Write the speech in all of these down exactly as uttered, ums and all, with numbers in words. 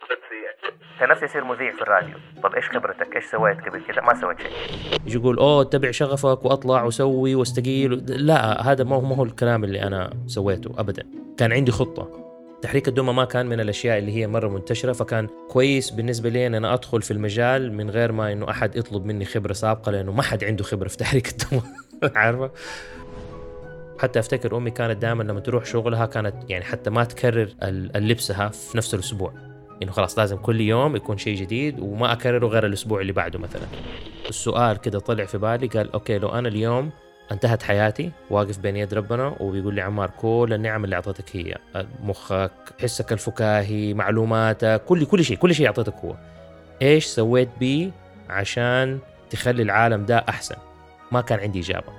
كان نفسي يصير مذيع في الراديو. طب إيش خبرتك؟ إيش سويت قبل كده؟ ما سويت شيء. يجي يقول أوه اتبع شغفك وأطلع وسوي واستقيل. لا، هذا ما هو ما هو الكلام اللي أنا سويته أبدا. كان عندي خطة. تحريك الدمى ما كان من الأشياء اللي هي مرة منتشرة، فكان كويس بالنسبة لي أن أنا أدخل في المجال من غير ما إنه أحد يطلب مني خبرة سابقة، لأنه ما حد عنده خبرة في تحريك الدمى. عارفة؟ حتى أفتكر أمي كانت دائما لما تروح شغلها كانت يعني حتى ما تكرر اللبسها في نفس الأسبوع، إنه خلاص لازم كل يوم يكون شيء جديد وما أكرره غير الأسبوع اللي بعده مثلا. السؤال كده طلع في بالي، قال أوكي لو أنا اليوم انتهت حياتي واقف بين يد ربنا وبيقول لي عمار كل النعم اللي أعطتك هي مخك، حسك الفكاهي، معلوماتك، كل كل شيء كل شيء أعطتك هو، إيش سويت بيه عشان تخلي العالم ده أحسن؟ ما كان عندي إجابة.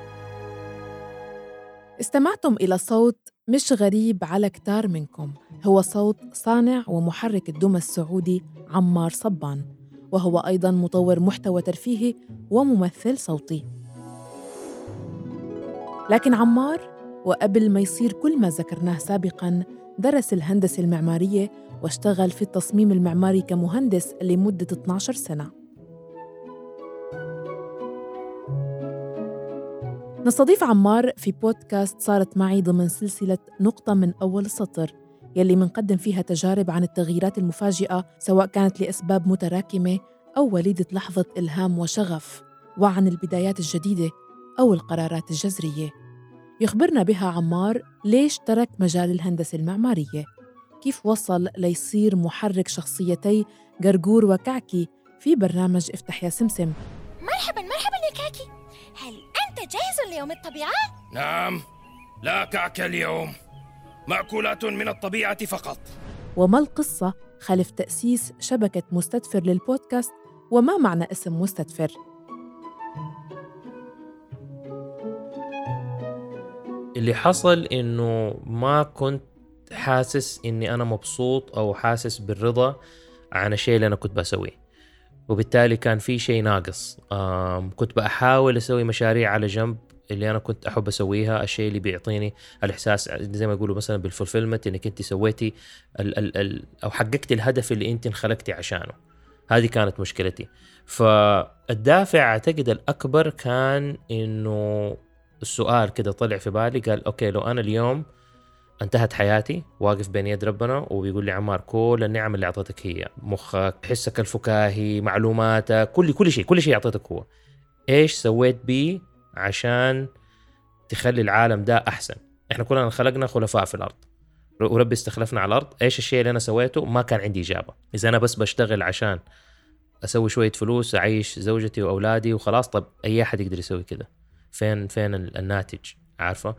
استمعتم إلى صوت مش غريب على كتار منكم، هو صوت صانع ومحرك الدمى السعودي عمار صبان، وهو أيضاً مطور محتوى ترفيهي وممثل صوتي. لكن عمار وقبل ما يصير كل ما ذكرناه سابقاً درس الهندسة المعمارية واشتغل في التصميم المعماري كمهندس لمدة اثنتي عشرة سنة. نستضيف عمار في بودكاست صارت معي ضمن سلسلة نقطة من أول السطر، يلي منقدم فيها تجارب عن التغييرات المفاجئة سواء كانت لأسباب متراكمة أو وليدة لحظة إلهام وشغف، وعن البدايات الجديدة أو القرارات الجذرية. يخبرنا بها عمار ليش ترك مجال الهندسة المعمارية، كيف وصل ليصير محرك شخصيتي قرقور وكعكي في برنامج افتح يا سمسم. مرحباً مرحباً يا كعكي، هل أنت جاهز ليوم الطبيعة؟ نعم، لا كعك اليوم، مأكولات من الطبيعة فقط. وما القصة خلف تأسيس شبكة مستدفر للبودكاست، وما معنى اسم مستدفر؟ اللي حصل إنه ما كنت حاسس إني أنا مبسوط أو حاسس بالرضا عن الشيء اللي أنا كنت بسويه، وبالتالي كان في شيء ناقص. كنت بحاول أسوي مشاريع على جنب اللي أنا كنت أحب أسويها، الشيء اللي بيعطيني الإحساس زي ما يقولوا مثلا بالفولفيلمنت، إنك أنت سويتي ال ال ال أو حققتي الهدف اللي أنت انخلقتي عشانه. هذه كانت مشكلتي. فالدافع أعتقد الأكبر كان إنه السؤال كده طلع في بالي، قال أوكي لو أنا اليوم انتهت حياتي واقف بين يد ربنا وبيقول لي عمار كل النعم اللي أعطتك هي مخك، حسك الفكاهي، معلوماتك، كل كل شيء كل شيء أعطتك هو، إيش سويت بيه عشان تخلي العالم ده أحسن؟ إحنا كلنا خلقنا خلفاء في الأرض وربي استخلفنا على الأرض. إيش الشيء اللي أنا سويته؟ ما كان عندي إجابة. إذا أنا بس بشتغل عشان أسوي شوية فلوس أعيش زوجتي وأولادي وخلاص، طب أي أحد يقدر يسوي كده؟ فين فين الناتج؟ عارفة؟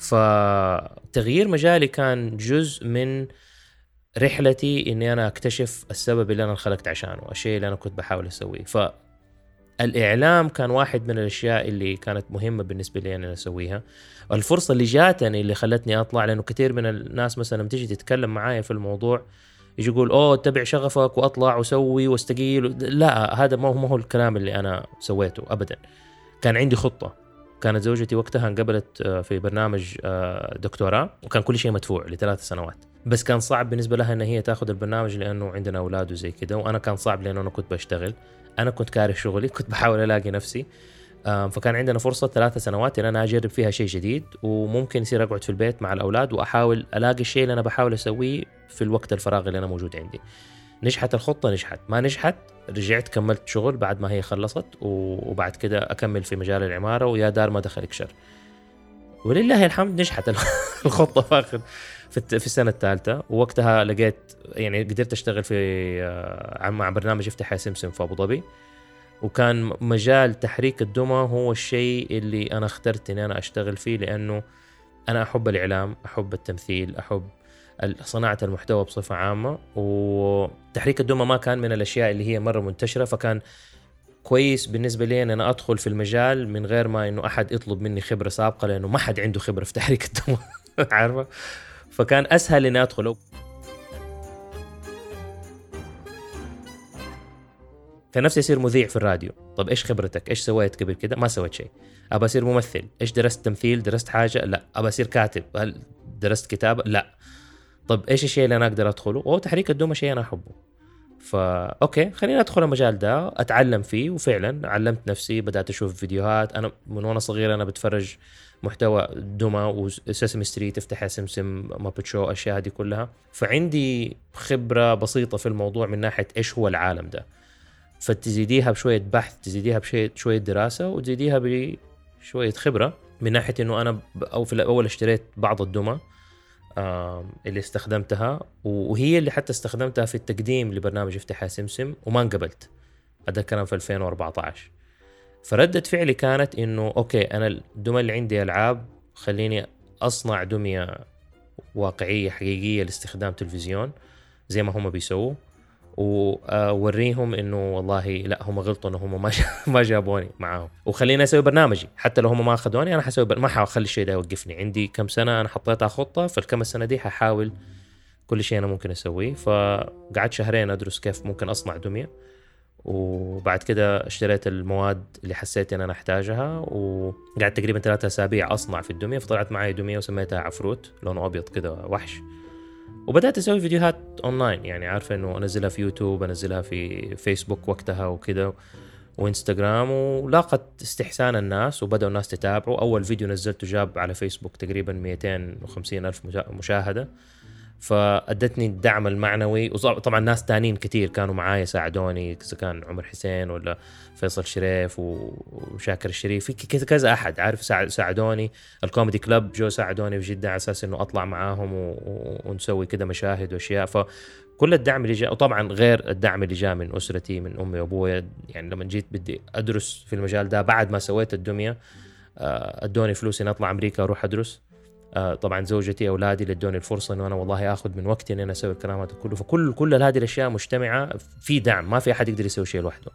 فتغيير مجالي كان جزء من رحلتي إني أنا أكتشف السبب اللي أنا خلقت عشانه، الشيء اللي أنا كنت بحاول أسويه. فالإعلام كان واحد من الأشياء اللي كانت مهمة بالنسبة لي أنا أسويها. الفرصة اللي جاتني اللي خلتني أطلع، لأنه كثير من الناس مثلا لما تيجي تتكلم معايا في الموضوع يجي يقول أوه اتبع شغفك وأطلع وسوي واستقيل. لا، هذا ما هو ما هو الكلام اللي أنا سويته أبدا. كان عندي خطة. كانت زوجتي وقتها انقبلت في برنامج دكتوراه، وكان كل شيء مدفوع لثلاث سنوات، بس كان صعب بالنسبة لها ان هي تاخذ البرنامج لانه عندنا اولاد وزي كده، وانا كان صعب لانه انا كنت بشتغل، انا كنت كاره شغلي، كنت بحاول الاقي نفسي. فكان عندنا فرصة ثلاث سنوات ان انا اجرب فيها شيء جديد، وممكن يصير اقعد في البيت مع الاولاد واحاول الاقي الشيء اللي انا بحاول اسويه في الوقت الفراغ اللي انا موجود عندي. نجحت الخطة، نجحت، ما نجحت رجعت كملت شغل بعد ما هي خلصت، وبعد كده أكمل في مجال العمارة، ويا دار ما دخلك شر. ولله الحمد نجحت الخطة فاخر في السنة الثالثة، ووقتها لقيت يعني قدرت أشتغل في مع برنامج افتح يا سمسم في أبو ظبي، وكان مجال تحريك الدمى هو الشيء اللي أنا اخترت إن أنا أشتغل فيه، لأنه أنا أحب الإعلام، أحب التمثيل، أحب صناعة المحتوى بصفة عامة، وتحريك الدمى ما كان من الأشياء اللي هي مرة منتشرة، فكان كويس بالنسبة لي أن أنا أدخل في المجال من غير ما إنه أحد يطلب مني خبرة سابقة، لأنه ما حد عنده خبرة في تحريك الدمى. عارفة؟ فكان أسهل إني أدخله. كان نفسي أصير مذيع في الراديو. طب إيش خبرتك؟ إيش سويت قبل كده؟ ما سويت شيء. أبى أصير ممثل. إيش درست؟ تمثيل؟ درست حاجة؟ لا. أبى أصير كاتب. هل درست كتابة؟ لا. طب ايش الشيء اللي انا اقدر ادخله؟ او تحريك الدمى شيء انا احبه، فا اوكي خليني ادخل المجال ده اتعلم فيه. وفعلا علمت نفسي، بدات اشوف فيديوهات. انا من وانا صغير انا بتفرج محتوى دمى وسيسمي ستريت، افتح يا سمسم، مابت شو، اشياء هذه كلها. فعندي خبره بسيطه في الموضوع من ناحيه ايش هو العالم ده. فتزيديها بشويه بحث، تزيديها بشويه شويه دراسه، وتزيديها بشويه خبره من ناحيه انه انا او في الاول اشتريت بعض الدمى اللي استخدمتها، وهي اللي حتى استخدمتها في التقديم لبرنامج افتح يا سمسم وما انقبلت. هذا الكلام في ألفين وأربعة عشر. فردة فعلي كانت انه اوكي انا الدمى اللي عندي العاب، خليني اصنع دمية واقعية حقيقية لاستخدام تلفزيون زي ما هم بيسووا، ووريهم انه والله لا هم غلطوا، انه هم ما ما جابوني معاهم، وخليني اسوي برنامجي. حتى لو هم ما اخذوني انا حسوي بر... ما حاخلي الشيء ده يوقفني. عندي كم سنه انا حطيتها خطه، في الكم السنه دي ححاول كل شيء انا ممكن اسويه. فقعدت شهرين ادرس كيف ممكن اصنع دميه، وبعد كده اشتريت المواد اللي حسيت ان انا احتاجها، وقعدت تقريبا ثلاثة اسابيع اصنع في الدميه. فطلعت معي دميه وسميتها عفروت، لونه ابيض كده وحش. وبدأت أسوي فيديوهات أونلاين، يعني عارفة إنه أنزلها في يوتيوب، أنزلها في فيسبوك وقتها وكده وإنستغرام، ولاقت استحسان الناس وبدأوا الناس تتابعوا. أول فيديو نزلته جاب على فيسبوك تقريبا مئتين وخمسين ألف مشاهدة، فأدتني الدعم المعنوي. وطبعا ناس تانين كتير كانوا معايا ساعدوني، إذا كان عمر حسين ولا فيصل شريف وشاكر الشريف، في كذا أحد عارف ساعدوني. الكوميدي كلاب جو ساعدوني في جدة على أساس إنه أطلع معاهم ونسوي كده مشاهد وأشياء. فكل الدعم اللي جاء، وطبعا غير الدعم اللي جاء من أسرتي، من أمي وأبويا. يعني لما جيت بدي أدرس في المجال ده بعد ما سويت الدمية، أدوني فلوس إن أطلع أمريكا أروح أدرس. آه طبعا زوجتي اولادي اللي ادوني الفرصه انه انا والله اخذ من وقتي ان انا اسوي الكلام هذا كله. فكل كل هذه الاشياء مجتمعه في دعم، ما في احد يقدر يسوي شيء لوحده.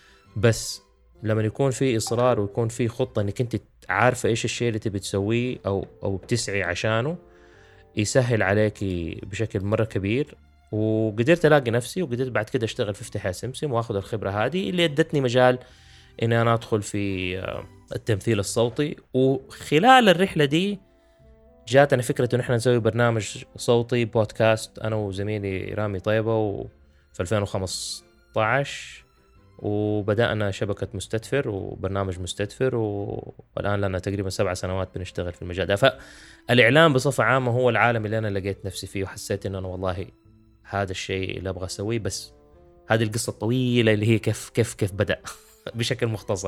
بس لما يكون في اصرار ويكون في خطه انك انت عارفه ايش الشيء اللي تبي تسويه او او بتسعي عشانه، يسهل عليكي بشكل مره كبير. وقدرت الاقي نفسي، وقدرت بعد كده اشتغل في افتح يا سمسم واخذ الخبره هذه اللي ادتني مجال ان انا ادخل في التمثيل الصوتي. وخلال الرحله دي جاتنا فكرة إنه إحنا نسوي برنامج صوتي بودكاست أنا وزميلي رامي طيبة، وفي ألفين وخمسة عشر وبدأنا شبكة مستدفر وبرنامج مستدفر، والآن لنا تقريبا سبع سنوات بنشتغل في المجال ده. فالإعلام بصفة عامة هو العالم اللي أنا لقيت نفسي فيه، وحسيت إنه أنا والله هذا الشيء اللي أبغى أسويه. بس هذه القصة الطويلة اللي هي كيف كيف كيف بدأ بشكل مختصر.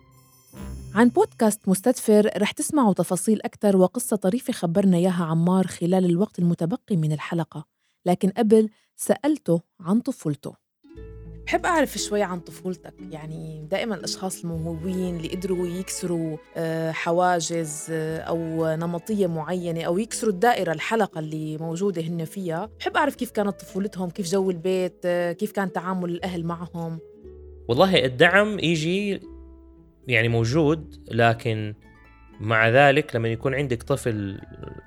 عن بودكاست مستدفر رح تسمعوا تفاصيل أكثر وقصة طريفة خبرنا إياها عمار خلال الوقت المتبقي من الحلقة. لكن قبل سألته عن طفولته. بحب أعرف شوي عن طفولتك. يعني دائما الأشخاص الموهوبين اللي قدروا يكسروا حواجز أو نمطية معينة أو يكسروا الدائرة الحلقة اللي موجودة هن فيها، بحب أعرف كيف كانت طفولتهم، كيف جو البيت، كيف كان تعامل الأهل معهم. والله الدعم يجي يعني موجود، لكن مع ذلك لما يكون عندك طفل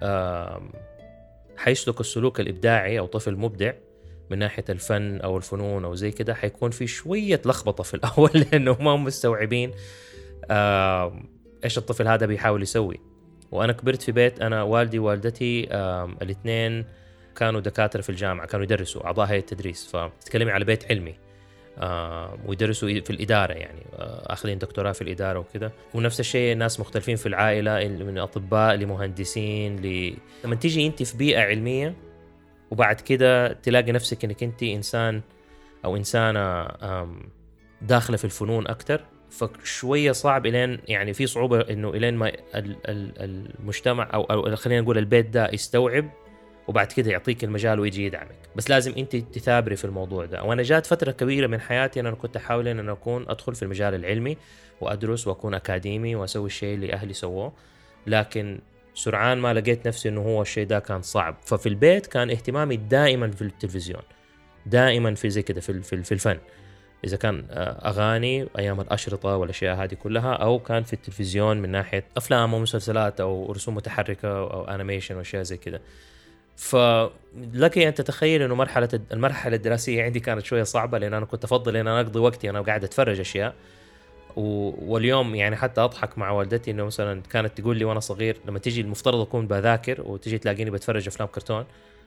حيسلك السلوك الإبداعي أو طفل مبدع من ناحية الفن أو الفنون أو زي كده، حيكون في شوية لخبطة في الأول لأنه ما هم مستوعبين إيش الطفل هذا بيحاول يسوي. وأنا كبرت في بيت أنا والدي ووالدتي الاثنين كانوا دكاترة في الجامعة، كانوا يدرسوا أعضاء هيئة التدريس. فتتكلمي على بيت علمي، آه ويدرسوا في الإدارة، يعني آه أخذين دكتوراه في الإدارة وكده. ونفس الشيء الناس مختلفين في العائلة، من أطباء لمهندسين ل... لما تيجي أنت في بيئة علمية وبعد كده تلاقي نفسك أنك أنت إنسان أو إنسانة داخلة في الفنون أكتر، فشوية صعب إلين يعني في صعوبة إنه إلين ما المجتمع أو, أو خلينا نقول البيت ده يستوعب وبعد كده يعطيك المجال ويجي يدعمك. بس لازم انت تثابري في الموضوع ده. وانا جات فتره كبيره من حياتي انا كنت احاول ان انا اكون ادخل في المجال العلمي وادرس واكون اكاديمي واسوي الشيء اللي اهلي سووه، لكن سرعان ما لقيت نفسي انه هو الشيء ده كان صعب. ففي البيت كان اهتمامي دائما في التلفزيون، دائما في زي كده في في الفن، اذا كان اغاني ايام الاشرطه والاشياء هذه كلها، او كان في التلفزيون من ناحيه افلام ومسلسلات او رسوم متحركه او انيميشن واشياء زي كده. فلكي أن تتخيل أنه مرحلة المرحلة الدراسية عندي كانت شوية صعبة، لأن أنا كنت أفضل أن أنا أقضي وقتي أنا قاعد أتفرج أشياء. واليوم يعني حتى أضحك مع والدتي أنه مثلا كانت تقول لي وأنا صغير لما تيجي المفترض أكون بذاكر وتيجي تلاقيني بتفرج أفلام كرتون،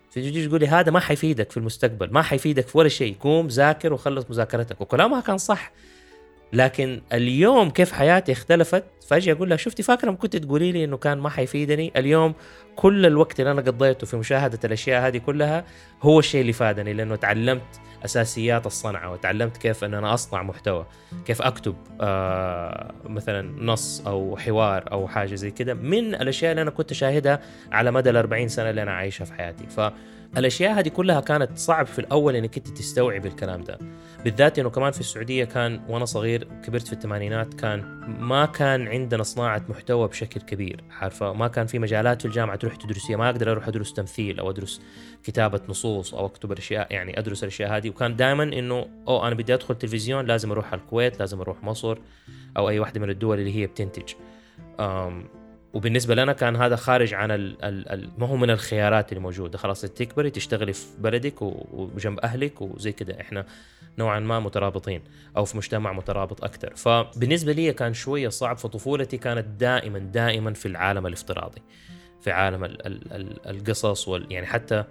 تيجي تقول لي هذا ما حيفيدك في المستقبل، ما حيفيدك في ولا شيء، قوم ذاكر وخلص مذاكرتك. وكلامها كان صح، لكن اليوم كيف حياتي اختلفت. فاجي اقول لها شفتي فاكره كنت تقولي لي انه كان ما حيفيدني؟ اليوم كل الوقت اللي انا قضيته في مشاهده الاشياء هذه كلها هو الشيء اللي فادني، لانه تعلمت اساسيات الصنعه، وتعلمت كيف ان انا اصنع محتوى، كيف اكتب آه مثلا نص او حوار او حاجه زي كده من الاشياء اللي انا كنت شاهدها على مدى الأربعين سنه اللي انا عايشها في حياتي. فالاشياء هذه كلها كانت صعب في الاول انك انت تستوعب الكلام ده، بالذات انه كمان في السعوديه كان وانا صغير، كبرت في الثمانينات، كان ما كان عندنا صناعه محتوى بشكل كبير، عارفه، ما كان في مجالات في الجامعه تروح تدرسيها. ما اقدر اروح ادرس تمثيل او ادرس كتابه نصوص او اكتب الاشياء، يعني ادرس الاشياء هذه. وكان دائما انه او انا بدي ادخل تلفزيون لازم اروح على الكويت، لازم اروح مصر او اي واحده من الدول اللي هي بتنتج. وبالنسبه لنا كان هذا خارج عن ال ال ال ما هو من الخيارات اللي موجوده. خلاص تكبري تشتغلي في بلدك وجنب اهلك وزي كده، احنا نوعا ما مترابطين او في مجتمع مترابط اكثر. فبالنسبه لي كان شويه صعب. في طفولتي كانت دائما دائما في العالم الافتراضي، في عالم ال ال ال القصص وال يعني حتى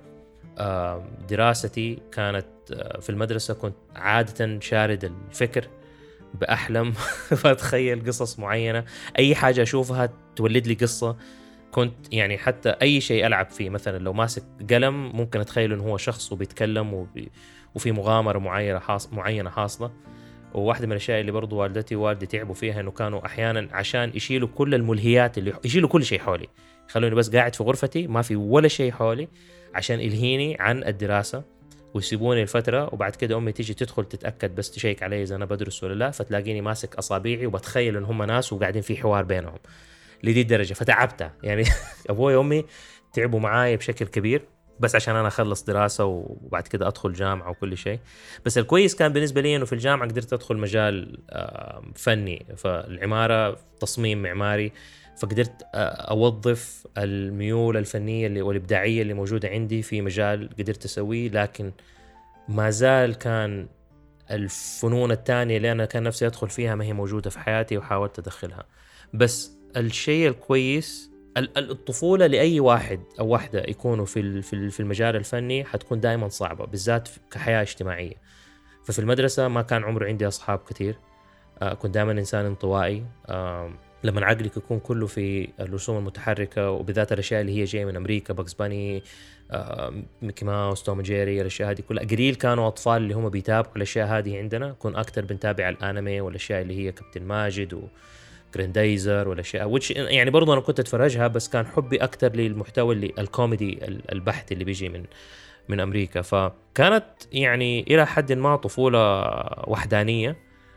دراستي كانت في المدرسه كنت عاده شارد الفكر، بأحلم فأتخيل قصص معينة، أي حاجة أشوفها تولد لي قصة. كنت يعني حتى أي شيء ألعب فيه، مثلا لو ماسك قلم ممكن أتخيل إنه هو شخص وبيتكلم وبي وفي مغامرة معينة حاص معينة حاصلة. وواحدة من الأشياء اللي برضو والدتي ووالدي تعبوا فيها إنه كانوا أحيانا عشان يشيلوا كل الملهيات اللي يشيلوا كل شيء حولي، خلوني بس قاعد في غرفتي ما في ولا شيء حولي عشان يلهيني عن الدراسة، ويسيبوني الفترة. وبعد كده أمي تيجي تدخل تتأكد بس تشيك علي إذا أنا بدرس ولا لا، فتلاقيني ماسك أصابيعي وبتخيل إن هم ناس وقاعدين في حوار بينهم لدي الدرجة. فتعبتها يعني أبوي وأمي تعبوا معاي بشكل كبير بس عشان أنا أخلص دراسة وبعد كده أدخل جامعة وكل شيء. بس الكويس كان بالنسبة لي إنه في الجامعة قدرت أدخل مجال فني، فالعمارة تصميم معماري، فقدرت أوظف الميول الفنية اللي والإبداعية اللي موجودة عندي في مجال قدرت أسويه. لكن ما زال كان الفنون التانية اللي أنا كان نفسي أدخل فيها ما هي موجودة في حياتي، وحاولت أدخلها. بس الشيء الكويس الطفولة لأي واحد أو واحدة يكونوا في في المجال الفني حتكون دائما صعبة، بالذات كحياة اجتماعية. ففي المدرسة ما كان عمري عندي أصحاب كتير، كنت دائما إنسان انطوائي. لما عقلك يكون كله في الرسوم المتحركة، وبالذات الأشياء اللي هي جاية من أمريكا، باكس باني، ميكي ماوس، توم جيري، الأشياء هذه كلها، قليل كانوا أطفال اللي هم بيتابعوا الأشياء هذه عندنا. كون أكتر بنتابع الأنمي والأشياء اللي هي كابتن ماجد وجريندايزر والأشياء، يعني برضو أنا كنت أتفرجها، بس كان حبي أكتر للمحتوى اللي الكوميدي البحث اللي بيجي من من أمريكا. فكانت يعني إلى حد ما طفولة وحدانية،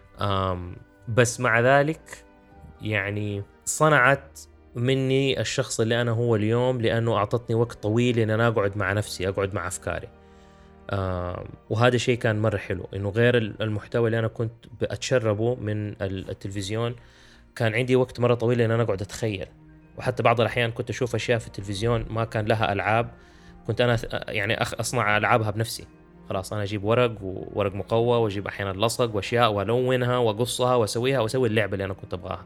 بس مع ذلك يعني صنعت مني الشخص اللي أنا هو اليوم، لأنه أعطتني وقت طويل إن أنا أقعد مع نفسي، أقعد مع أفكاري. وهذا شيء كان مرة حلو، إنه غير المحتوى اللي أنا كنت أتشربه من التلفزيون، كان عندي وقت مرة طويل إن أنا أقعد أتخيل. وحتى بعض الأحيان كنت أشوف أشياء في التلفزيون ما كان لها ألعاب، كنت أنا يعني أصنع ألعابها بنفسي. خلاص أنا أجيب ورق وورق مقوى، وأجيب أحيانا لصق وأشياء وألونها وأقصها وأسويها وأسوي اللعبة اللي أنا كنت أبغاها.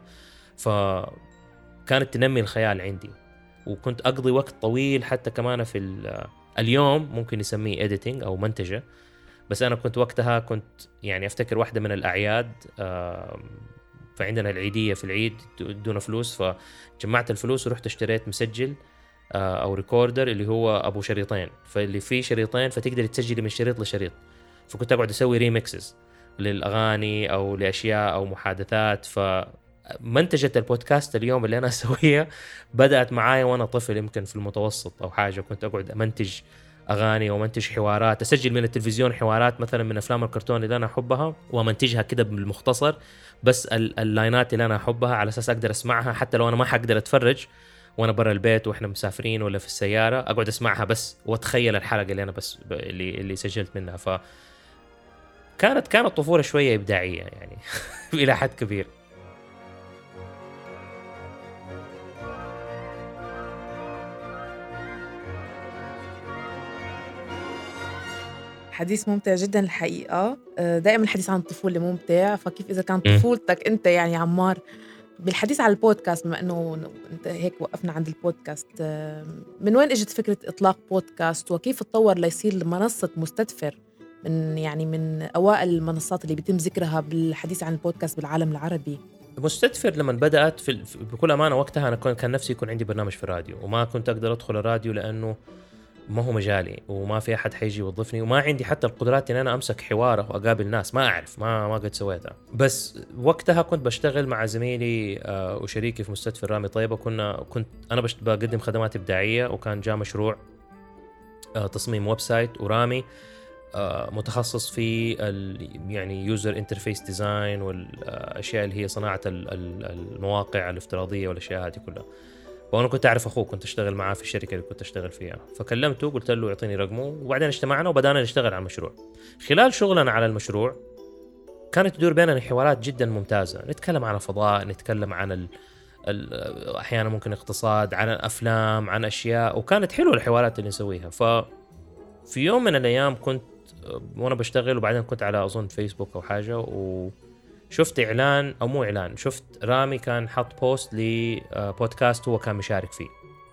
فكانت تنمي الخيال عندي، وكنت أقضي وقت طويل. حتى كمان في اليوم ممكن يسميه editing أو منتجة، بس أنا كنت وقتها كنت يعني أفتكر واحدة من الأعياد، فعندنا العيدية في العيد دون فلوس، فجمعت الفلوس ورحت اشتريت مسجل أو ريكوردر اللي هو أبو شريطين، فاللي فيه شريطين فتقدر تسجلي من شريط لشريط. فكنت أقعد أسوي ريميكسز للأغاني أو لأشياء أو محادثات. فمنتجة البودكاست اليوم اللي أنا أسويها بدأت معايا وأنا طفل، يمكن في المتوسط أو حاجة. كنت أقعد أمنتج أغاني ومنتج حوارات، أسجل من التلفزيون حوارات مثلا من أفلام الكرتون اللي أنا أحبها، ومنتجها كده بالمختصر، بس اللاينات اللي أنا أحبها على أساس أقدر أسمعها حتى لو أنا ما حقدر أتفرج وأنا برا البيت وإحنا مسافرين ولا في السيارة، أقعد أسمعها بس وأتخيل الحلقة اللي أنا بس اللي اللي سجلت منها. ف كانت كانت طفولة شوية إبداعية يعني إلى حد كبير. حديث ممتع جدا الحقيقة. دائما الحديث عن الطفولة ممتع، فكيف إذا كانت طفولتك أنت يعني عمار بالحديث عن البودكاست، بما أنه أنت هيك وقفنا عند البودكاست، من وين إجت فكرة إطلاق بودكاست وكيف تطور ليصير منصة مستدفر من يعني من أوائل المنصات اللي بيتم ذكرها بالحديث عن البودكاست بالعالم العربي؟ مستدفر لما بدأت في بكل أمانة وقتها أنا كان نفسي يكون عندي برنامج في الراديو، وما كنت أقدر أدخل الراديو لأنه ما هو مجالي وما في أحد حيجي يوظفني، وما عندي حتى القدرات إن أنا أمسك حواره وأقابل ناس، ما أعرف ما ما قد سويتها. بس وقتها كنت بشتغل مع زميلي آه وشريكي في مستدفر رامي طيبة، كنا كنت أنا بقدم خدمات إبداعية، وكان جاء مشروع آه تصميم ويب سايت، ورامي آه متخصص في يعني يوزر انترفيس ديزاين والأشياء اللي هي صناعة المواقع الافتراضية والأشياء هذه كلها. وانا كنت اعرف اخوه، كنت اشتغل معاه في الشركه اللي كنت اشتغل فيها، فكلمته قلت له يعطيني رقمه، وبعدين اجتمعنا وبدانا نشتغل على المشروع. خلال شغلنا على المشروع كانت تدور بيننا حوارات جدا ممتازه، نتكلم عن الفضاء، نتكلم عن ال... ال... احيانا ممكن اقتصاد، عن الافلام، عن اشياء، وكانت حلوه الحوارات اللي نسويها. ففي يوم من الايام كنت وانا بشتغل، وبعدين كنت على اظن فيسبوك او حاجه، و شفت إعلان أو مو إعلان، شفت رامي كان حط بوست لبودكاست هو كان مشارك فيه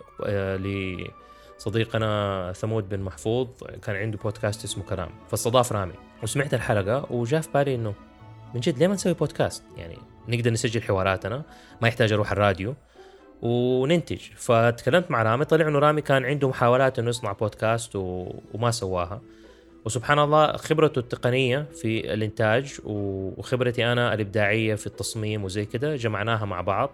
لصديقنا ثمود بن محفوظ، كان عنده بودكاست اسمه كلام، فاستضاف رامي. وسمعت الحلقة وجاء في بالي إنه من جد ليه ما نسوي بودكاست، يعني نقدر نسجل حواراتنا، ما يحتاج أروح الراديو وننتج. فتكلمت مع رامي، طلع إنه رامي كان عنده محاولات إنه يصنع بودكاست و... وما سواها. وسبحان الله خبرته التقنية في الإنتاج وخبرتي أنا الإبداعية في التصميم وزي كده جمعناها مع بعض،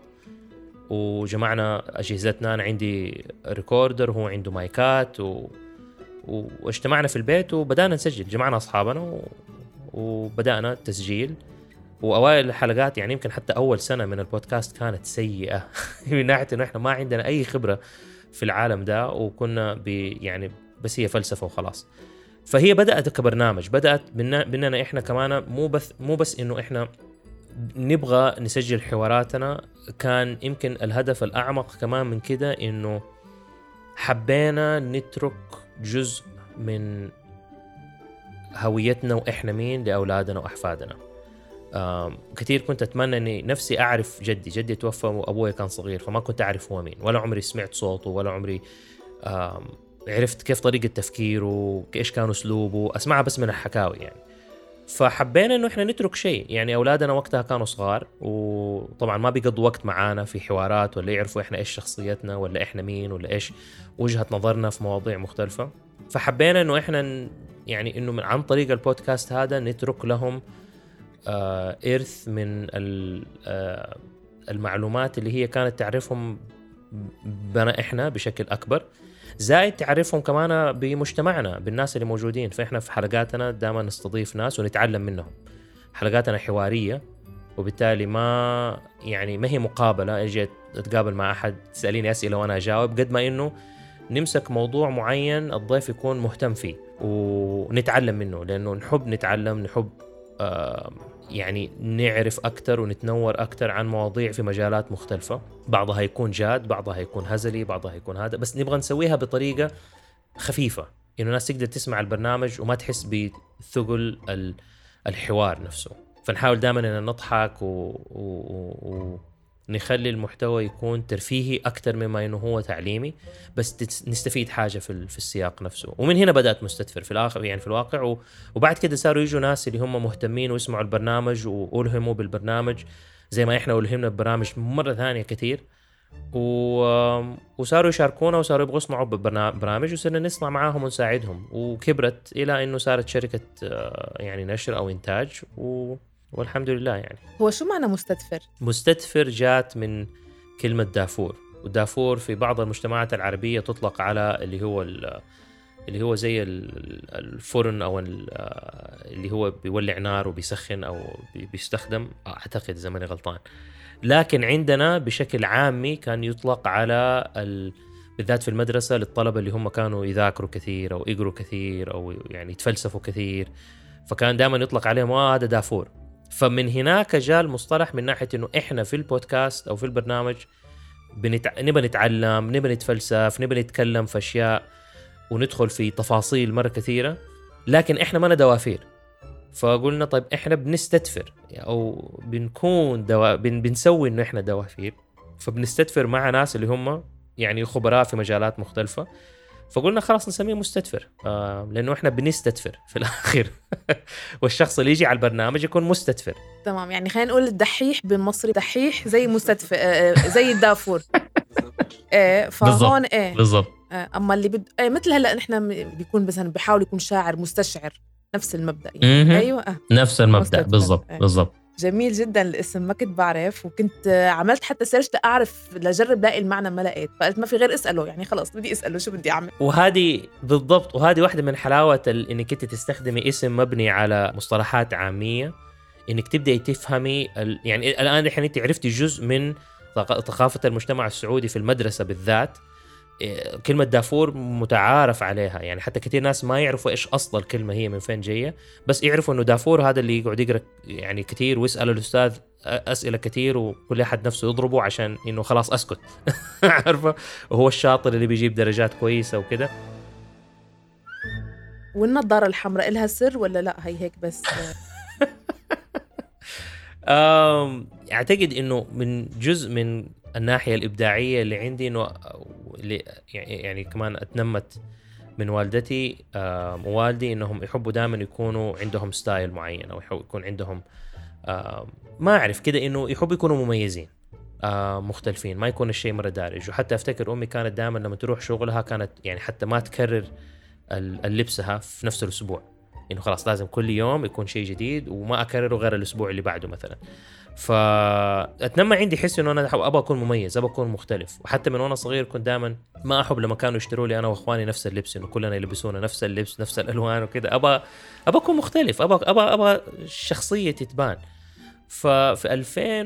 وجمعنا أجهزتنا. أنا عندي ريكوردر وهو عنده مايكات، و... واجتمعنا في البيت وبدأنا نسجل، جمعنا أصحابنا و... وبدأنا التسجيل. وأوائل الحلقات يعني يمكن حتى أول سنة من البودكاست كانت سيئة من ناحية إنه إحنا ما عندنا أي خبرة في العالم ده، وكنا ب... يعني بس هي فلسفة وخلاص. فهي بدأت كبرنامج، بدأت بأننا إحنا كمان مو بس مو بس إنه إحنا نبغى نسجل حواراتنا، كان يمكن الهدف الأعمق كمان من كده إنه حبينا نترك جزء من هويتنا وإحنا مين لأولادنا وأحفادنا. كثير كنت أتمنى إني نفسي أعرف جدي جدي توفى وأبوي كان صغير، فما كنت أعرف هو مين، ولا عمري سمعت صوته، ولا عمري عرفت كيف طريقة تفكيره، إيش كان أسلوبه، أسمعها بس من الحكاوي يعني. فحبينا إنه إحنا نترك شيء، يعني أولادنا وقتها كانوا صغار، وطبعا ما بيقضوا وقت معانا في حوارات ولا يعرفوا إحنا إيش شخصيتنا ولا إحنا مين ولا إيش وجهة نظرنا في مواضيع مختلفة. فحبينا إنه إحنا يعني إنه من عن طريق البودكاست هذا نترك لهم آه إرث من آه المعلومات اللي هي كانت تعرفهم بنا إحنا بشكل أكبر، زائد تعرفهم كمان بمجتمعنا بالناس اللي موجودين. فإحنا في حلقاتنا دائما نستضيف ناس ونتعلم منهم. حلقاتنا حوارية، وبالتالي ما يعني ما هي مقابلة أجي أتقابل مع أحد تسأليني أسئلة وأنا أجاوب، قد ما إنه نمسك موضوع معين الضيف يكون مهتم فيه ونتعلم منه، لأنه نحب نتعلم، نحب آه يعني نعرف أكتر ونتنور أكتر عن مواضيع في مجالات مختلفة. بعضها يكون جاد، بعضها يكون هزلي، بعضها يكون هذا، بس نبغى نسويها بطريقة خفيفة إنه الناس تقدر تسمع البرنامج وما تحس بثقل الحوار نفسه. فنحاول دائما إن نضحك ونخلي المحتوى يكون ترفيهي أكتر مما إنه هو تعليمي، بس نستفيد حاجة في في السياق نفسه. ومن هنا بدأت مستدفر في الآخر يعني في الواقع، وبعد كده صاروا يجوا ناس اللي هم مهتمين ويسمعوا البرنامج وألهموا بالبرنامج زي ما إحنا ألهمنا بالبرامج مرة ثانية كتير، وصاروا يشاركونا وصاروا يبغوا يصنعوا برامج، وصرنا نصنع معاهم ونساعدهم، وكبرت إلى إنه صارت شركة يعني نشر أو إنتاج، و والحمد لله. يعني هو شو معنى مستدفر؟ مستدفر جات من كلمة دافور، والدافور في بعض المجتمعات العربية تطلق على اللي هو اللي هو زي الفرن أو اللي هو بيولع نار وبيسخن أو بيستخدم، أعتقد إذا ماني غلطان. لكن عندنا بشكل عامي كان يطلق على ال... بالذات في المدرسة للطلبة اللي هم كانوا يذاكروا كثير أو يقروا كثير أو يعني يتفلسفوا كثير، فكان دائما يطلق عليهم آه هذا دافور. فمن هناك جاء المصطلح من ناحية إنه إحنا في البودكاست أو في البرنامج بنتع... نبى نتعلم، نبى نتفلسف، نبى نتكلم في أشياء وندخل في تفاصيل مرة كثيرة، لكن إحنا ما دوافير. فقلنا طيب احنا بنستدفر او بنكون دوا بن بنسوي انه احنا دوافير، فبنستدفر مع ناس اللي هم يعني خبراء في مجالات مختلفة. فقلنا خلاص نسميه مستدفر، آه لانه احنا بنستدفر في الاخر والشخص اللي يجي على البرنامج يكون مستدفر. تمام، يعني خلينا نقول الدحيح بالمصري دحيح زي مستدفر، آه زي الدافور. ايه فهون ايه بالضبط. آه اما اللي بد... ايه مثل هلا نحن بيكون مثلا بيحاول يكون شاعر مستشعر، نفس المبدأ يعني. ايوه آه. نفس المبدأ بالضبط. إيه. بالضبط. جميل جدا الاسم، ما كنت بعرف، وكنت عملت حتى سيرش لأعرف لجرب لاقي المعنى، ما لقيت، فقلت ما في غير اسأله، يعني خلاص بدي اسأله شو بدي أعمل. وهذه بالضبط، وهذه واحدة من حلاوة انك انت تستخدمي اسم مبني على مصطلحات عامية، انك تبدأي تفهمي ال... يعني الآن الحين انت عرفتي جزء من ثقافة المجتمع السعودي في المدرسة بالذات. كلمة دافور متعارف عليها، يعني حتى كثير ناس ما يعرفوا إيش أصل الكلمة هي من فين جاية، بس يعرفوا إنه دافور هذا اللي يقعد يقرأ يعني كثير ويسأل الأستاذ أسئلة كثير وكل أحد نفسه يضربه عشان إنه خلاص أسكت. عارفة، وهو الشاطر اللي بيجيب درجات كويسة وكده. والنظارة الحمراء إلها سر ولا لا هي هيك بس؟ أعتقد إنه من جزء من الناحية الإبداعية اللي عندي، إنه اللي يعني كمان أتنمت من والدتي ووالدي، إنهم يحبوا دائما يكونوا عندهم ستايل معين، أو يكون عندهم ما أعرف كده، إنه يحبوا يكونوا مميزين مختلفين، ما يكون الشيء مرة دارج. وحتى أفتكر أمي كانت دائما لما تروح شغلها كانت يعني حتى ما تكرر اللبسها في نفس الأسبوع، إنه خلاص لازم كل يوم يكون شيء جديد وما أكرره غير الأسبوع اللي بعده مثلا. فأتنمى عندي حس إنه أنا أبغى أكون مميز، أبغى أكون مختلف. وحتى من وأنا صغير كنت دائما ما أحب لما كانوا يشتروا لي أنا وأخواني نفس اللبس، إنه كلنا يلبسونا نفس اللبس نفس الألوان وكده. أبغى أبغى أكون مختلف، أبغى أبغى أبغى شخصية تتبان. ففي ألفين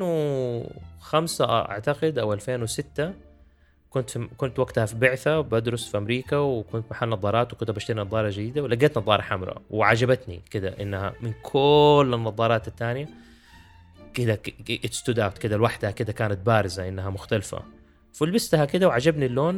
وخمسة أعتقد أو ألفين وستة كنت في كنت وقتها في بعثة بدرس في أمريكا، وكنت محل نظارات وكنت بشتري نظارة جديدة، ولقيت نظارة حمراء وعجبتني كده، إنها من كل النظارات التانية كده it stood out كده لوحدها كده، كانت بارزة إنها مختلفة. فلبستها كده وعجبني اللون،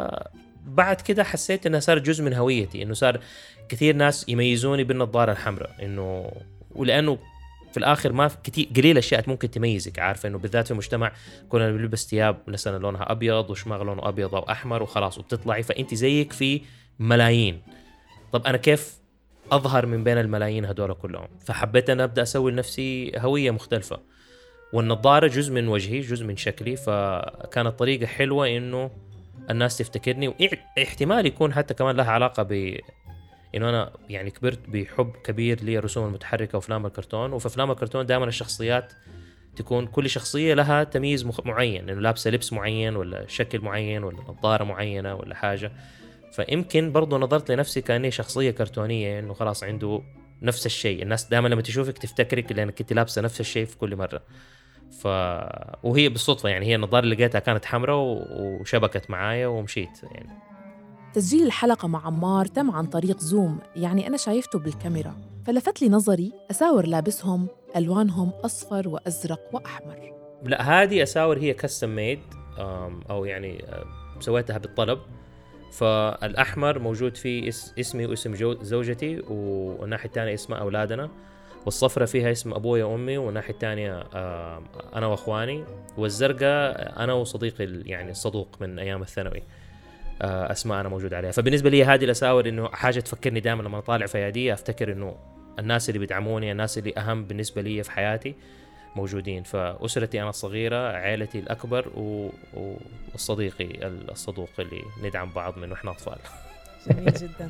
فبعد كده حسيت إنها صار جزء من هويتي، إنه صار كثير ناس يميزوني بالنظارة الحمراء، إنه ولأنه في الآخر ما كتير قليل أشياء ممكن تميزك، عارفة إنه بالذات في المجتمع كنا بنلبس ثياب مثلا لونها أبيض وشماغ لونه أبيض أو أحمر وخلاص وبتطلعي، فأنت زيك في ملايين. طب أنا كيف أظهر من بين الملايين هدول كلهم؟ فحبيت أن أبدأ أسوي لنفسي هوية مختلفة، والنظارة جزء من وجهي جزء من شكلي، فكانت طريقة حلوة إنه الناس تفتكرني، واحتمال يكون حتى كمان لها علاقة ب إنه أنا يعني كبرت بحب كبير للرسوم المتحركة وأفلام الكرتون. وفي أفلام الكرتون دائما الشخصيات تكون كل شخصية لها تمييز معين، إنه لابسة لبس معين ولا شكل معين ولا نظارة معينة ولا حاجة. فيمكن برضو نظرت لنفسي كأني شخصية كرتونية، إنه خلاص عنده نفس الشيء، الناس دائما لما تشوفك تفتكرك لأنك كنت لابسة نفس الشيء في كل مرة. ف... وهي بالصدفة يعني هي النظارة اللي لقيتها كانت حمراء وشبكت معايا ومشيت يعني. تسجيل الحلقة مع عمار تم عن طريق زوم، يعني أنا شايفته بالكاميرا، فلفت لي نظري أساور لابسهم ألوانهم أصفر وأزرق وأحمر. لا هذه أساور هي كاستم ميد، أو يعني سويتها بالطلب. فالأحمر موجود فيه اسمي واسم زوجتي، والناحية الثانية اسم أولادنا، والصفرة فيها اسم أبوي وأمي، والناحية الثانية أنا وأخواني، والزرقاء أنا وصديقي يعني الصدوق من أيام الثانوي أسماء أنا موجود عليها. فبالنسبة لي هذه الأساور إنه حاجة تفكرني دائما لما أطالع فيادية أفتكر إنه الناس اللي بيدعموني، الناس اللي أهم بالنسبة لي في حياتي موجودين. فأسرتي أنا الصغيرة، عائلتي الأكبر، والصديقي الصدوق اللي ندعم بعض من وإحنا أطفال. جميل جدا.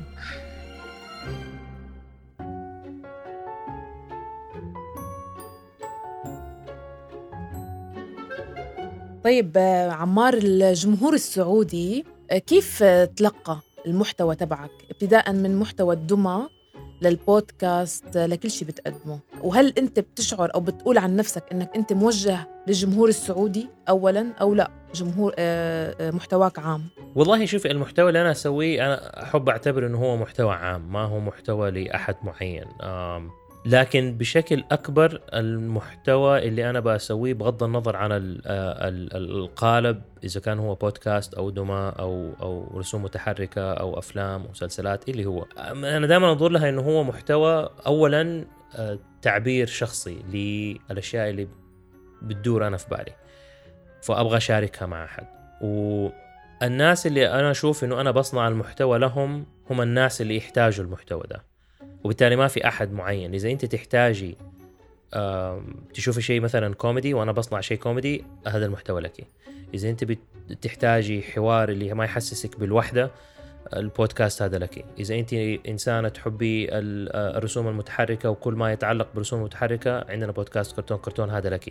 طيب عمار، الجمهور السعودي كيف تلقى المحتوى تبعك ابتداء من محتوى الدمى للبودكاست لكل شيء بتقدمه؟ وهل أنت بتشعر أو بتقول عن نفسك أنك أنت موجه للجمهور السعودي أولاً، أو لا جمهور محتواك عام؟ والله شوف، المحتوى اللي أنا أسويه أنا أحب أعتبر أنه هو محتوى عام، ما هو محتوى لأحد معين. لكن بشكل أكبر المحتوى اللي أنا بسويه بغض النظر عن القالب، إذا كان هو بودكاست أو دمى أو أو رسوم متحركة أو أفلام ومسلسلات، اللي هو أنا دائما أنظر لها إنه هو محتوى أولا تعبير شخصي للأشياء اللي بتدور أنا في بالي، فأبغى أشاركها مع أحد. والناس اللي أنا أشوف إنه أنا بصنع المحتوى لهم هم الناس اللي يحتاجوا المحتوى ده، وبالتالي ما في أحد معين. إذا أنت تحتاجي تشوفي شيء مثلا كوميدي وأنا بصنع شيء كوميدي، هذا المحتوى لك. إذا أنت بتحتاجي حوار اللي ما يحسسك بالوحدة، البودكاست هذا لك. إذا أنت إنسانة تحبي الرسوم المتحركة وكل ما يتعلق بالرسوم المتحركة، عندنا بودكاست كرتون كرتون هذا لك.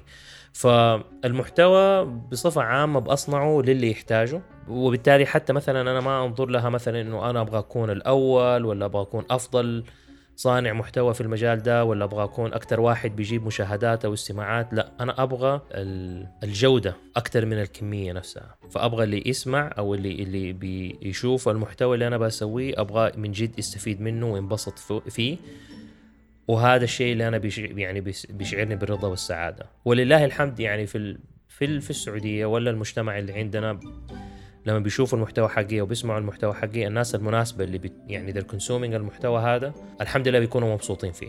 فالمحتوى بصفة عامة بأصنعه للي يحتاجه، وبالتالي حتى مثلا أنا ما أنظر لها مثلا إنه أنا أبغى أكون الأول ولا أبغى أكون أفضل صانع محتوى في المجال ده ولا أبغى أكون أكتر واحد بيجيب مشاهدات أو استماعات. لا، أنا أبغى الجودة أكتر من الكمية نفسها. فأبغى اللي يسمع أو اللي اللي بيشوف المحتوى اللي أنا بسويه أبغى من جد يستفيد منه وينبسط فيه، وهذا الشيء اللي أنا بيش يعني بيشعرني بالرضا والسعادة. ولله الحمد يعني في في في السعودية ولا المجتمع اللي عندنا، لما بيشوفوا المحتوى حقي وبيسمعوا المحتوى حقي، الناس المناسبة اللي بي يعني they're consuming المحتوى هذا، الحمد لله بيكونوا مبسوطين فيه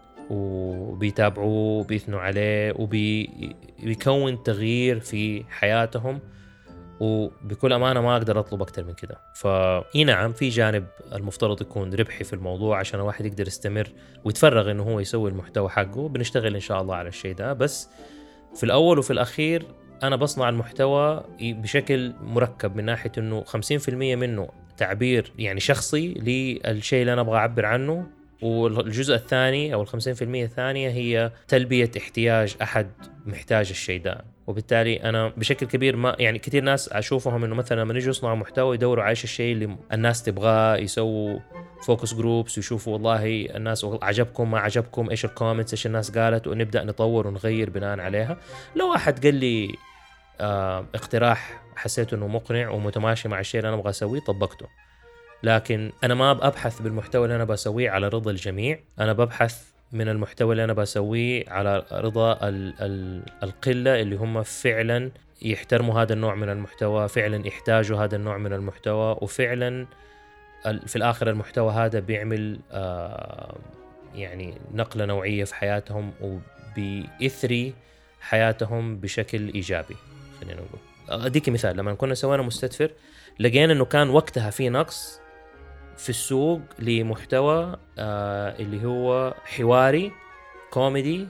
وبيتابعوه وبيثنوا عليه وبيكون تغيير في حياتهم. وبكل أمانة ما أقدر أطلب أكتر من كده. فإي نعم في جانب المفترض يكون ربحي في الموضوع عشان الواحد يقدر يستمر ويتفرغ إنه هو يسوي المحتوى حقه. بنشتغل إن شاء الله على الشيء ده، بس في الأول وفي الأخير أنا بصنع المحتوى بشكل مركب، من ناحية إنه خمسين بالمية منه تعبير يعني شخصي للشيء اللي أنا أبغى أعبر عنه، والجزء الثاني أو الخمسين بالمية الثانية هي تلبية احتياج أحد محتاج الشيء ده. وبالتالي أنا بشكل كبير ما يعني كتير ناس أشوفهم إنه مثلا لما يجوا يصنعوا محتوى يدوروا على الشيء اللي الناس تبغاه، يسووا فوكس جروبس ويشوفوا والله الناس عجبكم ما عجبكم، إيش الكومنتس، إيش الناس قالت، ونبدأ نطور ونغير بناء عليها. لو أحد قال لي آه اقتراح حسيت إنه مقنع ومتماشي مع الشيء اللي أنا أبغى أسويه طبقته. لكن أنا ما ببحث بالمحتوى اللي أنا بسويه على رضا الجميع، أنا ببحث من المحتوى اللي أنا بسويه على رضا ال ال القلة اللي هم فعلا يحترموا هذا النوع من المحتوى، فعلا يحتاجوا هذا النوع من المحتوى، وفعلا في الآخر المحتوى هذا بيعمل آه يعني نقلة نوعية في حياتهم وبيثري حياتهم بشكل إيجابي. خلينا نقول أديك مثال، لما كنا سوينا مستدفر لقينا إنه كان وقتها في نقص في السوق لمحتوى آه اللي هو حواري كوميدي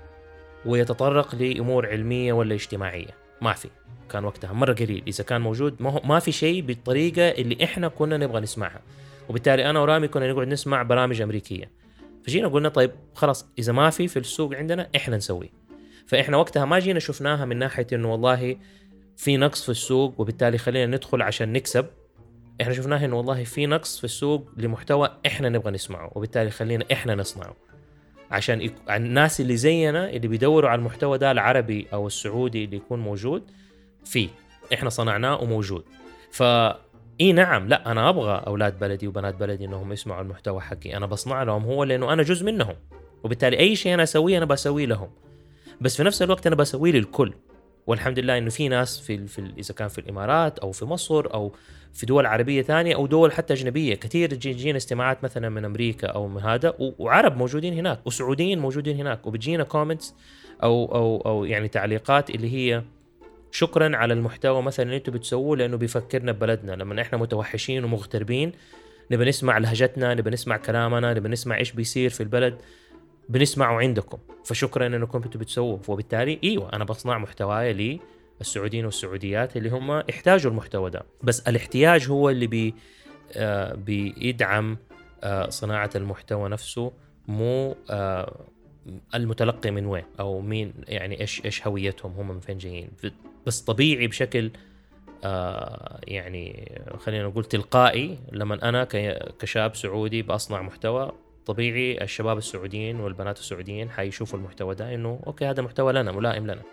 ويتطرق لأمور علمية ولا اجتماعية. ما في، كان وقتها مرة قليل، إذا كان موجود ما, ما في شيء بالطريقة اللي إحنا كنا نبغى نسمعها. وبالتالي أنا ورامي كنا نقعد نسمع برامج أمريكية، فجينا قلنا طيب خلاص إذا ما في في السوق عندنا إحنا نسوي. فإحنا وقتها ما جينا شفناها من ناحية إنه والله في نقص في السوق وبالتالي خلينا ندخل عشان نكسب. إحنا شفناها إنه والله في نقص في السوق لمحتوى إحنا نبغى نسمعه، وبالتالي خلينا إحنا نصنعه عشان يك... الناس اللي زينا اللي بيدوروا على المحتوى ده العربي أو السعودي اللي يكون موجود فيه، إحنا صنعناه وموجود. فإيه نعم، لا أنا أبغى أولاد بلدي وبنات بلدي إنهم يسمعوا المحتوى حقي، أنا بصنع لهم هو لأنه أنا جزء منهم، وبالتالي أي شيء أنا أسويه أنا بسويه لهم، بس في نفس الوقت أنا بسويه للكل. والحمد لله إنه في ناس في, في إذا كان في الإمارات أو في مصر أو في دول عربية ثانية أو دول حتى أجنبية كثير تجينا استماعات مثلا من أمريكا أو من هذا، وعرب موجودين هناك وسعوديين موجودين هناك، وبتجينا كومنتس أو أو أو يعني تعليقات اللي هي شكرا على المحتوى مثلا اللي أنتم بتسووه لأنه بيفكرنا ببلدنا. لما إحنا متوحشين ومغتربين نبى نسمع لهجتنا، نبى نسمع كلامنا، نبى نسمع إيش بيصير في البلد، بنسمعه عندكم، فشكرا انكم انتم بتسووه. وبالتالي ايوه انا بصنع محتواي للسعوديين والسعوديات اللي هم يحتاجوا المحتوى ده، بس الاحتياج هو اللي بي آه بيدعم آه صناعة المحتوى نفسه، مو آه المتلقي من وين او مين، يعني ايش ايش هويتهم، هم من فين جايين. بس طبيعي بشكل آه يعني خلينا نقول تلقائي، لما انا كشاب سعودي بصنع محتوى طبيعي الشباب السعوديين والبنات السعوديين حيشوفوا المحتوى ده إنه أوكي هذا محتوى لنا ملائم لنا.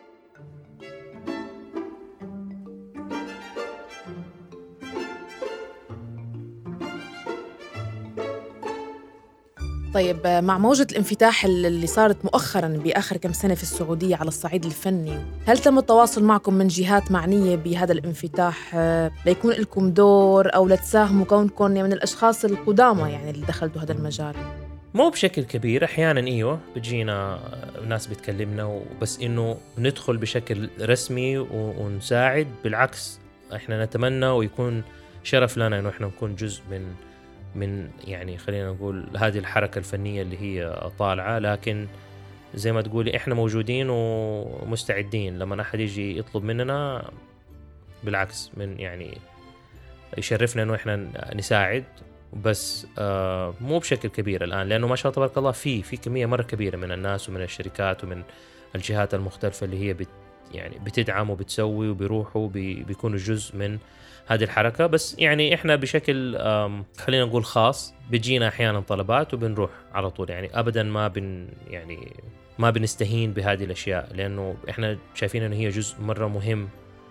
طيب مع موجة الانفتاح اللي صارت مؤخراً بآخر كم سنة في السعودية على الصعيد الفني، هل تم التواصل معكم من جهات معنية بهذا الانفتاح ليكون لكم دور أو لتساهموا كونكم من الأشخاص القدامى يعني اللي دخلتوا هذا المجال؟ مو بشكل كبير، أحيانا إيوه بتجينا ناس بتكلمنا وبس، إنه ندخل بشكل رسمي ونساعد. بالعكس إحنا نتمنى ويكون شرف لنا إنه إحنا نكون جزء من من يعني خلينا نقول هذه الحركة الفنية اللي هي طالعة. لكن زي ما تقولي إحنا موجودين ومستعدين لما أحد يجي يطلب مننا، بالعكس من يعني يشرفنا إنه إحنا نساعد، بس آه مو بشكل كبير الآن، لأنه ما شاء الله تبارك الله في في كمية مرة كبيرة من الناس ومن الشركات ومن الجهات المختلفة اللي هي بت يعني بتدعم وبتسوي وبيروحوا بي بيكونوا جزء من هذه الحركة. بس يعني إحنا بشكل خلينا نقول خاص بيجينا أحيانا طلبات وبنروح على طول، يعني أبدا ما بن يعني ما بنستهين بهذه الأشياء، لأنه إحنا شايفين إنه هي جزء مرة مهم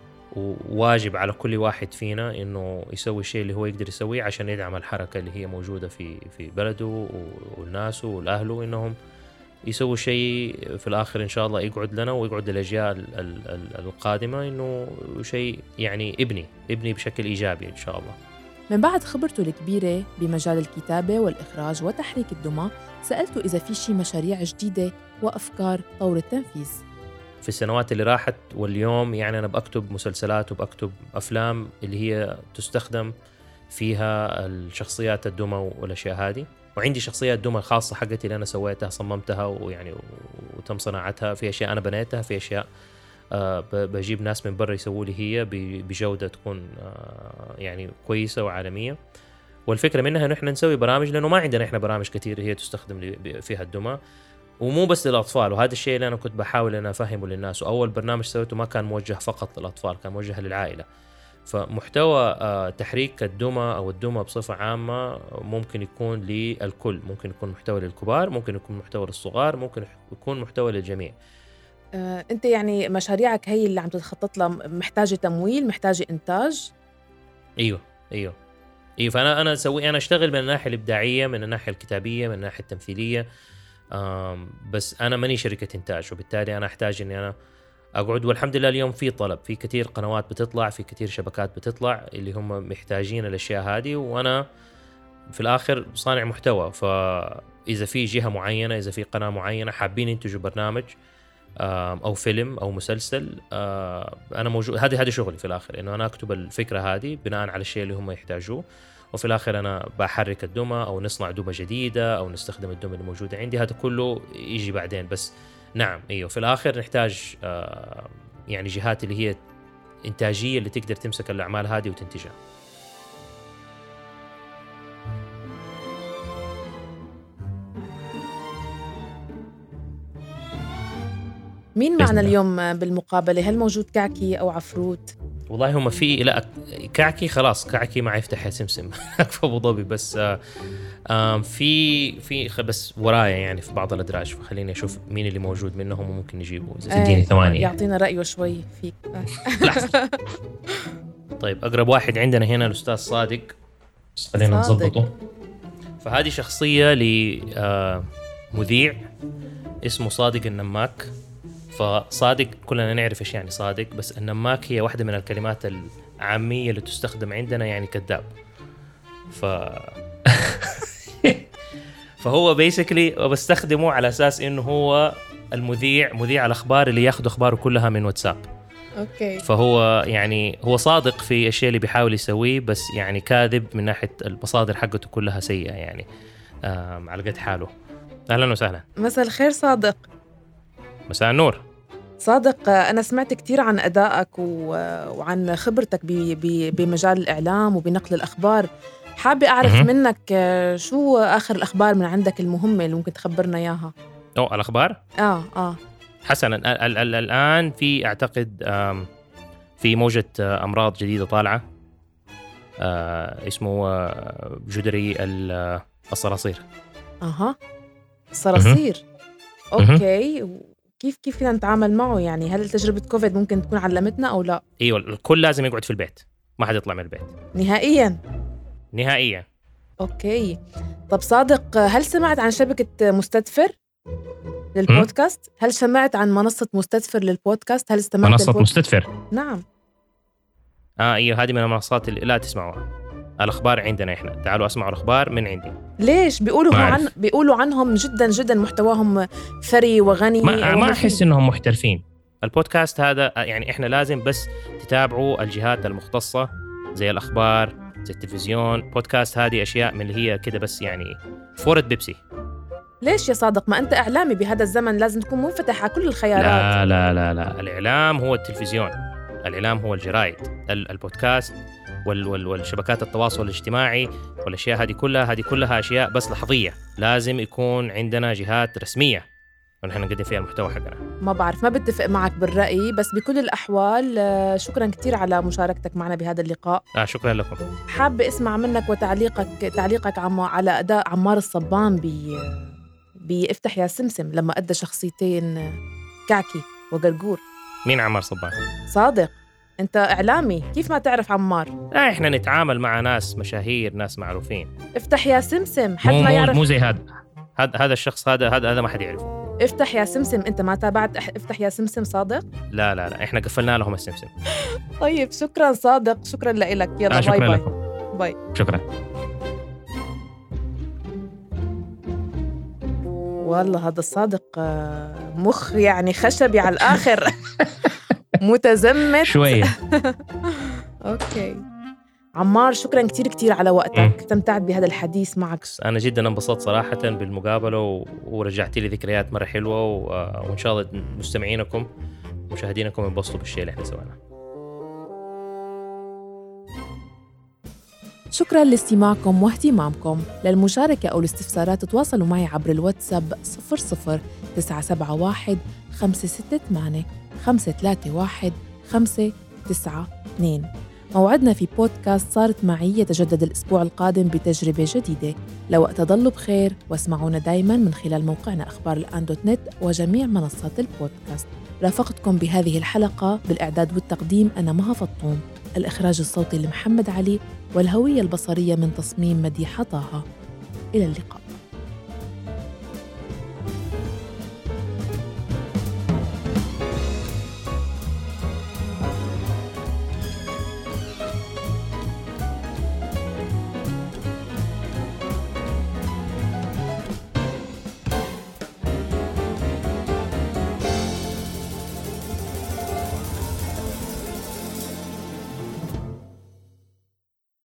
وواجب على كل واحد فينا إنه يسوي الشيء اللي هو يقدر يسويه عشان يدعم الحركة اللي هي موجودة في في بلده والناس والأهله، إنهم يسووا شيء في الآخر إن شاء الله يقعد لنا ويقعد للأجيال القادمة، إنه شيء يعني ابني ابني بشكل إيجابي إن شاء الله. من بعد خبرته الكبيرة بمجال الكتابة والإخراج وتحريك الدمى، سألته إذا في شي مشاريع جديدة وأفكار طور التنفيذ. في السنوات اللي راحت واليوم يعني أنا بكتب مسلسلات وبكتب أفلام اللي هي تستخدم فيها الشخصيات الدمى والأشياء هذه، وعندي شخصيات دمى خاصة حقتي اللي أنا سويتها صممتها ويعني وتم صناعتها، في أشياء أنا بنيتها، في أشياء أه بجيب ناس من برا يسووا لي هي بجودة تكون أه يعني كويسة وعالمية. والفكرة منها إنه إحنا نسوي برامج، لأنه ما عندنا إحنا برامج كتير هي تستخدم فيها الدمى، ومو بس للأطفال. وهذا الشيء اللي أنا كنت بحاول أن أفهمه للناس، وأول برنامج سويته ما كان موجه فقط للأطفال، كان موجه للعائلة. فمحتوى تحريك الدمى أو الدمى بصفة عامة ممكن يكون للكل، ممكن يكون محتوى للكبار، ممكن يكون محتوى للصغار، ممكن يكون محتوى للجميع. أه، أنت يعني مشاريعك هي اللي عم تتخطط لها محتاجة تمويل، محتاجة إنتاج؟ أيوه أيوه أيوه فأنا أنا أسوي أنا أشتغل من الناحية الإبداعية، من الناحية الكتابية، من الناحية التمثيلية، بس أنا ماني شركة إنتاج، وبالتالي أنا أحتاج إني أنا أقعد. والحمد لله اليوم في طلب، في كتير قنوات بتطلع، في كتير شبكات بتطلع اللي هم محتاجين الأشياء هذه، وأنا في الآخر صانع محتوى. فإذا في جهة معينة، إذا في قناة معينة حابين ينتجوا برنامج أو فيلم أو مسلسل، أنا موجود. هذه هذه شغلي في الآخر، إنه أنا أكتب الفكرة هذه بناء على الشيء اللي هم يحتاجوه، وفي الآخر أنا بحرك الدمى أو نصنع دمى جديدة أو نستخدم الدمى اللي موجودة عندي. هذا كله يجي بعدين. بس نعم أيوه في الآخر نحتاج آه يعني جهات اللي هي إنتاجية اللي تقدر تمسك الأعمال هذه وتنتجها. مين معنا اليوم بالمقابلة؟ هل موجود كعكي أو عفروت؟ والله هم في لا كعكي، خلاص كعكي ما يفتح يا سمسم في أبو ظبي، بس آه في في بس ورايا يعني في بعض الأدراج، فخليني أشوف مين اللي موجود منهم وممكن نجيبه. إذا تديني ثمانية يعطينا رأيه شوي فيك. لحظة. طيب أقرب واحد عندنا هنا الأستاذ صادق، خلينا نضبطه. فهذه شخصية لمذيع اسمه صادق النماك. فصادق كلنا نعرف إيش يعني صادق، بس النماك هي واحدة من الكلمات العامية اللي تستخدم عندنا، يعني كذاب. ف فهو بيسكلي بستخدمه على أساس إنه هو المذيع، مذيع الأخبار اللي ياخد أخباره كلها من واتساب. أوكي. فهو يعني هو صادق في الشيء اللي بيحاول يسويه، بس يعني كاذب من ناحية المصادر حقته كلها سيئة، يعني على قد حاله. أهلا وسهلا. مساء الخير صادق. مساء النور صادق. أنا سمعت كتير عن أدائك وعن خبرتك بمجال الإعلام وبنقل الأخبار. حابة أعرف م- منك شو آخر الأخبار من عندك المهمة اللي ممكن تخبرنا إياها. أو الأخبار؟ آه آه حسنا. ال- ال- ال- الآن في أعتقد في موجة أمراض جديدة طالعة اسمه جدري الصراصير. أها الصراصير. أوكي. كيف كيف فينا نتعامل معه؟ يعني هل تجربة كوفيد ممكن تكون علمتنا أو لا؟ أيوة الكل لازم يقعد في البيت، ما حد يطلع من البيت نهائياً. نهائياً. أوكي. طب صادق، هل سمعت عن شبكة مستدفر للبودكاست؟ هل سمعت عن منصة مستدفر للبودكاست؟ هل استمعت منصة البود... مستدفر؟ نعم. آه أيوة هذه من المنصات اللي لا تسمعوها. الأخبار عندنا إحنا، تعالوا أسمعوا الأخبار من عندي. ليش بيقولوا عن بيقولوا عنهم جدا جدا محتواهم ثري وغني؟ ما, ما أحس إنهم محترفين. البودكاست هذا يعني إحنا لازم بس تتابعوا الجهات المختصة زي الأخبار زي التلفزيون. بودكاست هذه أشياء من اللي هي كده بس يعني فورة بيبسي. ليش يا صادق؟ ما أنت إعلامي بهذا الزمن، لازم تكون منفتح على كل الخيارات. لا لا لا لا، الإعلام هو التلفزيون، الإعلام هو الجرايد، البودكاست وال وال والشبكات التواصل الاجتماعي والأشياء هذه كلها هذه كلها أشياء بس لحظية. لازم يكون عندنا جهات رسمية ونحن نقدم فيها المحتوى حقنا. ما بعرف، ما بتفق معك بالرأي، بس بكل الأحوال شكرا كتير على مشاركتك معنا بهذا اللقاء. آه شكرا لكم. حابة اسمع منك وتعليقك تعليقك عم على أداء عمار الصبان ب بيفتح يا سمسم لما أدى شخصيتين كعكي وقرقور. مين عمار صبان؟ صادق، أنت إعلامي، كيف ما تعرف عمار؟ لا إحنا نتعامل مع ناس مشاهير، ناس معروفين. افتح يا سمسم، حد مو ما يعرف. مو زي هذا هذا هذا الشخص هذا هذا هذا ما حد يعرفه. افتح يا سمسم، أنت ما تابعت افتح يا سمسم صادق؟ لا لا لا، إحنا قفلنا لهم السمسم. طيب شكرا صادق، شكرا لك. يلا آه باي باي. لكم. باي. شكرا. والله هذا الصادق مخ يعني خشبي على الآخر. متزمت شوية. أوكي عمار، شكرا كتير كتير على وقتك. استمتعت بهذا الحديث معك. أنا جدا انبسطت صراحة بالمقابلة و... ورجعت لي ذكريات مرة حلوة و... وإن شاء الله مستمعينكم مشاهدينكم ينبسطوا بالشيء اللي احنا سويناه. شكرا لاستماعكم واهتمامكم. للمشاركة أو الاستفسارات تواصلوا معي عبر الواتساب صفر صفر تسعة سبعة واحد خمسة ستة ثمانية خمسة ثلاثة واحد خمسة تسعة اثنين. موعدنا في بودكاست صارت معي يتجدد الأسبوع القادم بتجربة جديدة. لوقت ضلوا بخير واسمعونا دايماً من خلال موقعنا أخبار الآن دوت نت وجميع منصات البودكاست. رافقتكم بهذه الحلقة بالإعداد والتقديم أنا مها فطوم، الإخراج الصوتي لمحمد علي، والهوية البصرية من تصميم مديحة طه. إلى اللقاء.